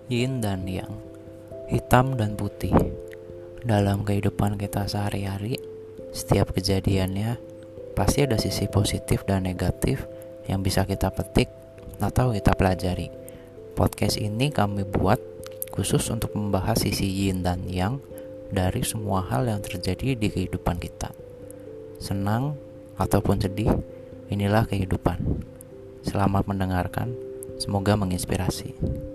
Yin dan Yang, hitam dan putih. Dalam kehidupan kita sehari-hari, setiap kejadiannya pasti ada sisi positif dan negatif yang bisa kita petik atau kita pelajari. Podcast ini kami buat khusus untuk membahas sisi Yin dan Yang dari semua hal yang terjadi di kehidupan kita. Senang ataupun sedih, inilah kehidupan. Selamat mendengarkan, semoga menginspirasi.